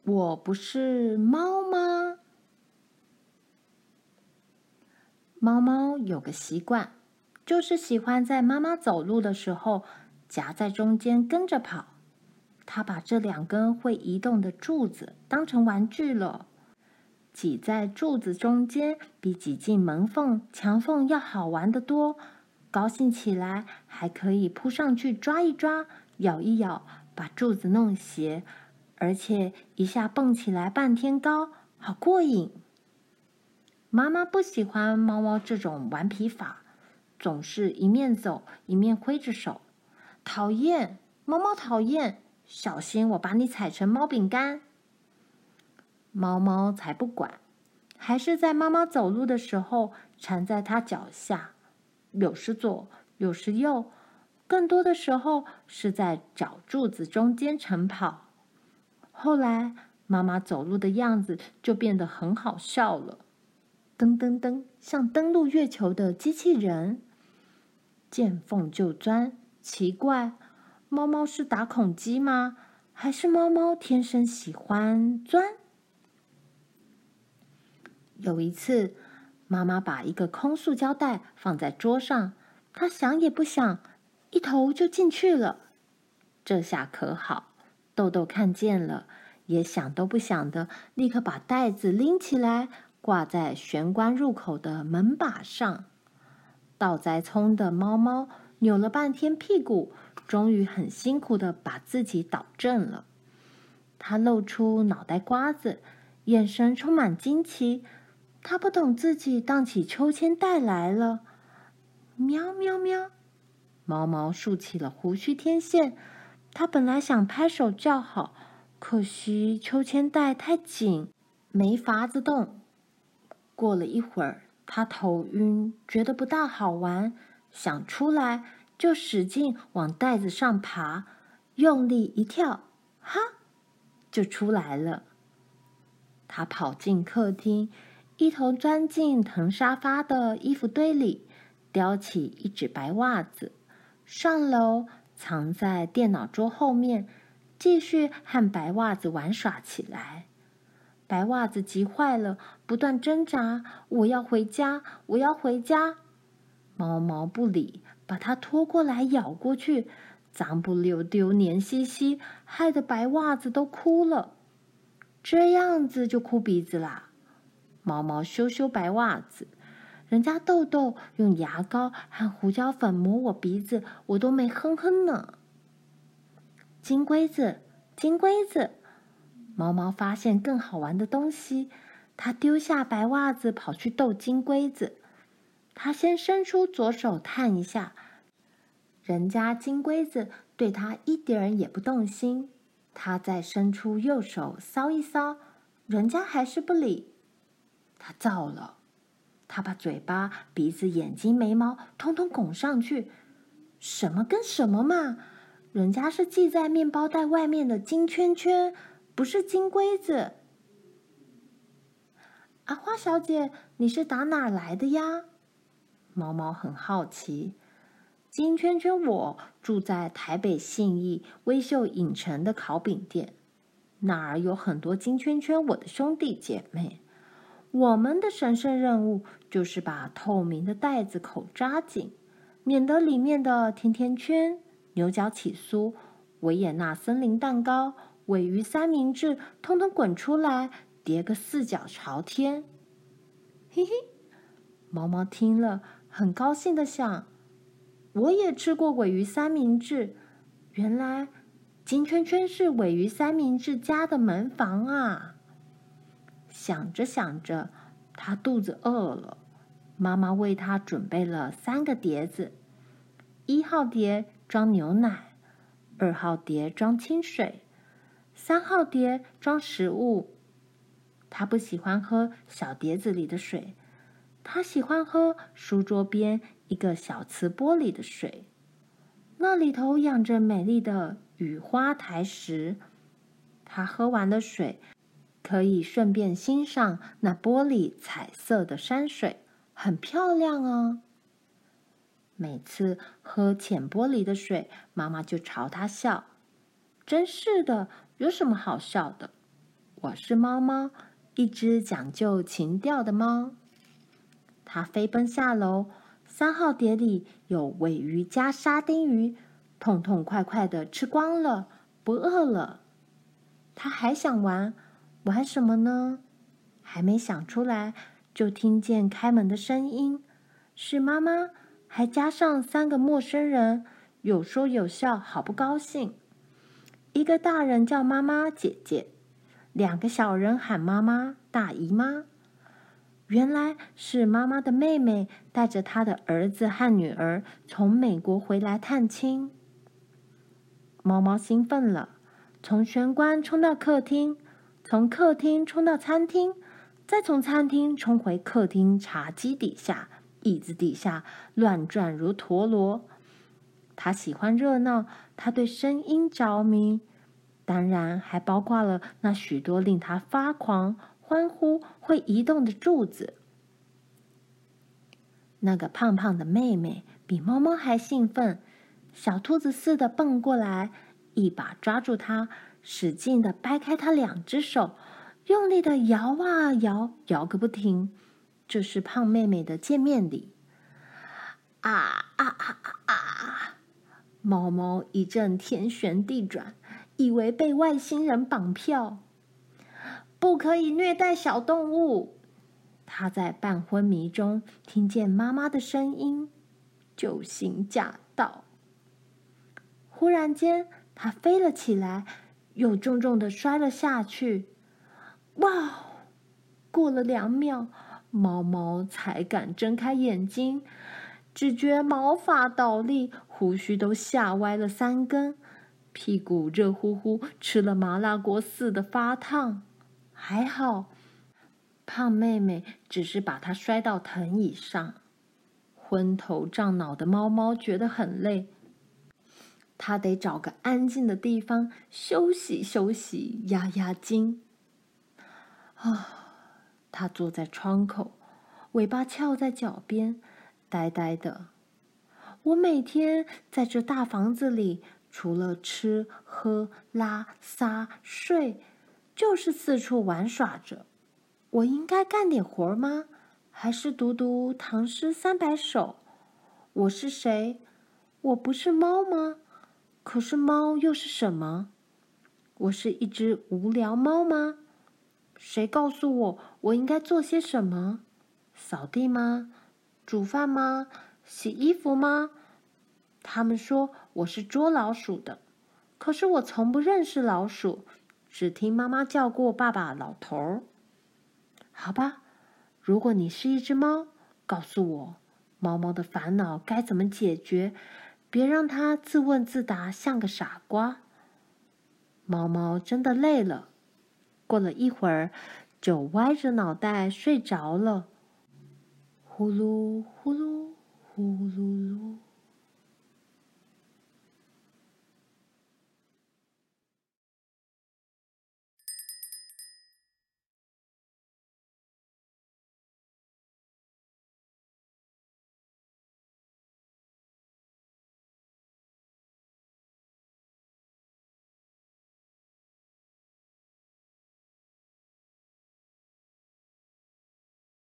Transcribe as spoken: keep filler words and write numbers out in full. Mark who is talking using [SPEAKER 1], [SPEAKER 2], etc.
[SPEAKER 1] 我不是猫吗？猫猫有个习惯，就是喜欢在妈妈走路的时候夹在中间跟着跑。它把这两根会移动的柱子当成玩具了，挤在柱子中间比挤进门缝、墙缝要好玩得多。高兴起来还可以扑上去抓一抓、咬一咬，把柱子弄斜，而且一下蹦起来半天高，好过瘾。妈妈不喜欢猫猫这种顽皮法，总是一面走一面挥着手，讨厌，猫猫讨厌，小心我把你踩成猫饼干。猫猫才不管，还是在妈妈走路的时候缠在它脚下，有时左，有时右，更多的时候是在脚柱子中间晨跑。后来妈妈走路的样子就变得很好笑了，噔噔噔，像登陆月球的机器人，见缝就钻。奇怪，猫猫是打孔机吗？还是猫猫天生喜欢钻？有一次，妈妈把一个空塑胶袋放在桌上，她想也不想，一头就进去了。这下可好，豆豆看见了，也想都不想的，立刻把袋子拎起来，挂在玄关入口的门把上。倒栽葱的猫猫扭了半天屁股，终于很辛苦的把自己导正了。它露出脑袋瓜子，眼神充满惊奇。它不懂自己荡起秋千带来了。喵喵喵！猫猫竖起了胡须天线。它本来想拍手叫好，可惜秋千带太紧，没法子动。过了一会儿，他头晕，觉得不大好玩，想出来就使劲往袋子上爬，用力一跳，哈，就出来了。他跑进客厅，一头钻进藤沙发的衣服堆里，叼起一只白袜子，上楼藏在电脑桌后面，继续和白袜子玩耍起来。白袜子急坏了，不断挣扎：“我要回家，我要回家！”猫毛不理，把它拖过来咬过去，脏不溜丢、黏兮兮，害得白袜子都哭了。这样子就哭鼻子啦。毛毛羞羞白袜子，人家豆豆用牙膏和胡椒粉抹我鼻子，我都没哼哼呢。金龟子，金龟子。毛毛发现更好玩的东西，他丢下白袜子跑去逗金龟子。他先伸出左手探一下，人家金龟子对他一点儿也不动心。他再伸出右手搔一搔，人家还是不理。他燥了，他把嘴巴、鼻子、眼睛、眉毛通通拱上去。什么跟什么嘛，人家是系在面包袋外面的金圈圈，不是金龟子。啊，花小姐，你是打哪儿来的呀？毛毛很好奇。金圈圈我住在台北信义威秀影城的烤饼店，那儿有很多金圈圈我的兄弟姐妹。我们的神圣任务就是把透明的袋子口扎紧，免得里面的甜甜圈、牛角起酥、维也纳森林蛋糕、尾鱼三明治通通滚出来，叠个四脚朝天。嘿嘿，毛毛听了很高兴地想，我也吃过尾鱼三明治，原来金圈圈是尾鱼三明治家的门房啊。想着想着，他肚子饿了。妈妈为他准备了三个碟子，一号碟装牛奶，二号碟装清水，三号碟装食物。他不喜欢喝小碟子里的水，他喜欢喝书桌边一个小瓷玻璃的水，那里头养着美丽的雨花台石。他喝完了水，可以顺便欣赏那玻璃彩色的山水，很漂亮啊。每次喝浅玻璃的水，妈妈就朝他笑。真是的，有什么好笑的？ 我是猫猫，一只讲究情调的猫。它飞奔下楼，三号碟里有尾鱼加沙丁鱼，痛痛快快的吃光了，不饿了。它还想玩，玩什么呢？还没想出来，就听见开门的声音，是妈妈，还加上三个陌生人，有说有笑，好不高兴。一个大人叫妈妈姐姐，两个小人喊妈妈大姨妈。原来是妈妈的妹妹带着她的儿子和女儿从美国回来探亲。猫猫兴奋了，从玄关冲到客厅，从客厅冲到餐厅，再从餐厅冲回客厅茶几底下、椅子底下，乱转如陀螺。他喜欢热闹，他对声音着迷，当然还包括了那许多令他发狂、欢呼、会移动的柱子。那个胖胖的妹妹比猫猫还兴奋，小兔子似的蹦过来，一把抓住它，使劲的掰开它两只手，用力的摇啊摇，摇个不停。这是胖妹妹的见面礼。啊啊啊啊啊！猫猫一阵天旋地转，以为被外星人绑票。不可以虐待小动物！他在半昏迷中听见妈妈的声音，救星驾到。忽然间，他飞了起来，又重重的摔了下去。哇！过了两秒，猫猫才敢睁开眼睛，只觉毛发倒立，胡须都吓歪了三根，屁股热乎乎，吃了麻辣锅似的发烫。还好，胖妹妹只是把它摔到藤椅上。昏头胀脑的猫猫觉得很累，它得找个安静的地方休息休息，压压惊。啊，它坐在窗口，尾巴翘在脚边，呆呆的。我每天在这大房子里，除了吃喝拉撒睡，就是四处玩耍着。我应该干点活吗？还是读读唐诗三百首？我是谁？我不是猫吗？可是猫又是什么？我是一只无聊猫吗？谁告诉我我应该做些什么？扫地吗？煮饭吗？洗衣服吗？他们说我是捉老鼠的，可是我从不认识老鼠，只听妈妈叫过爸爸老头儿。好吧，如果你是一只猫，告诉我，猫猫的烦恼该怎么解决？别让它自问自答，像个傻瓜。猫猫真的累了，过了一会儿，就歪着脑袋睡着了。呼噜呼噜呼噜噜。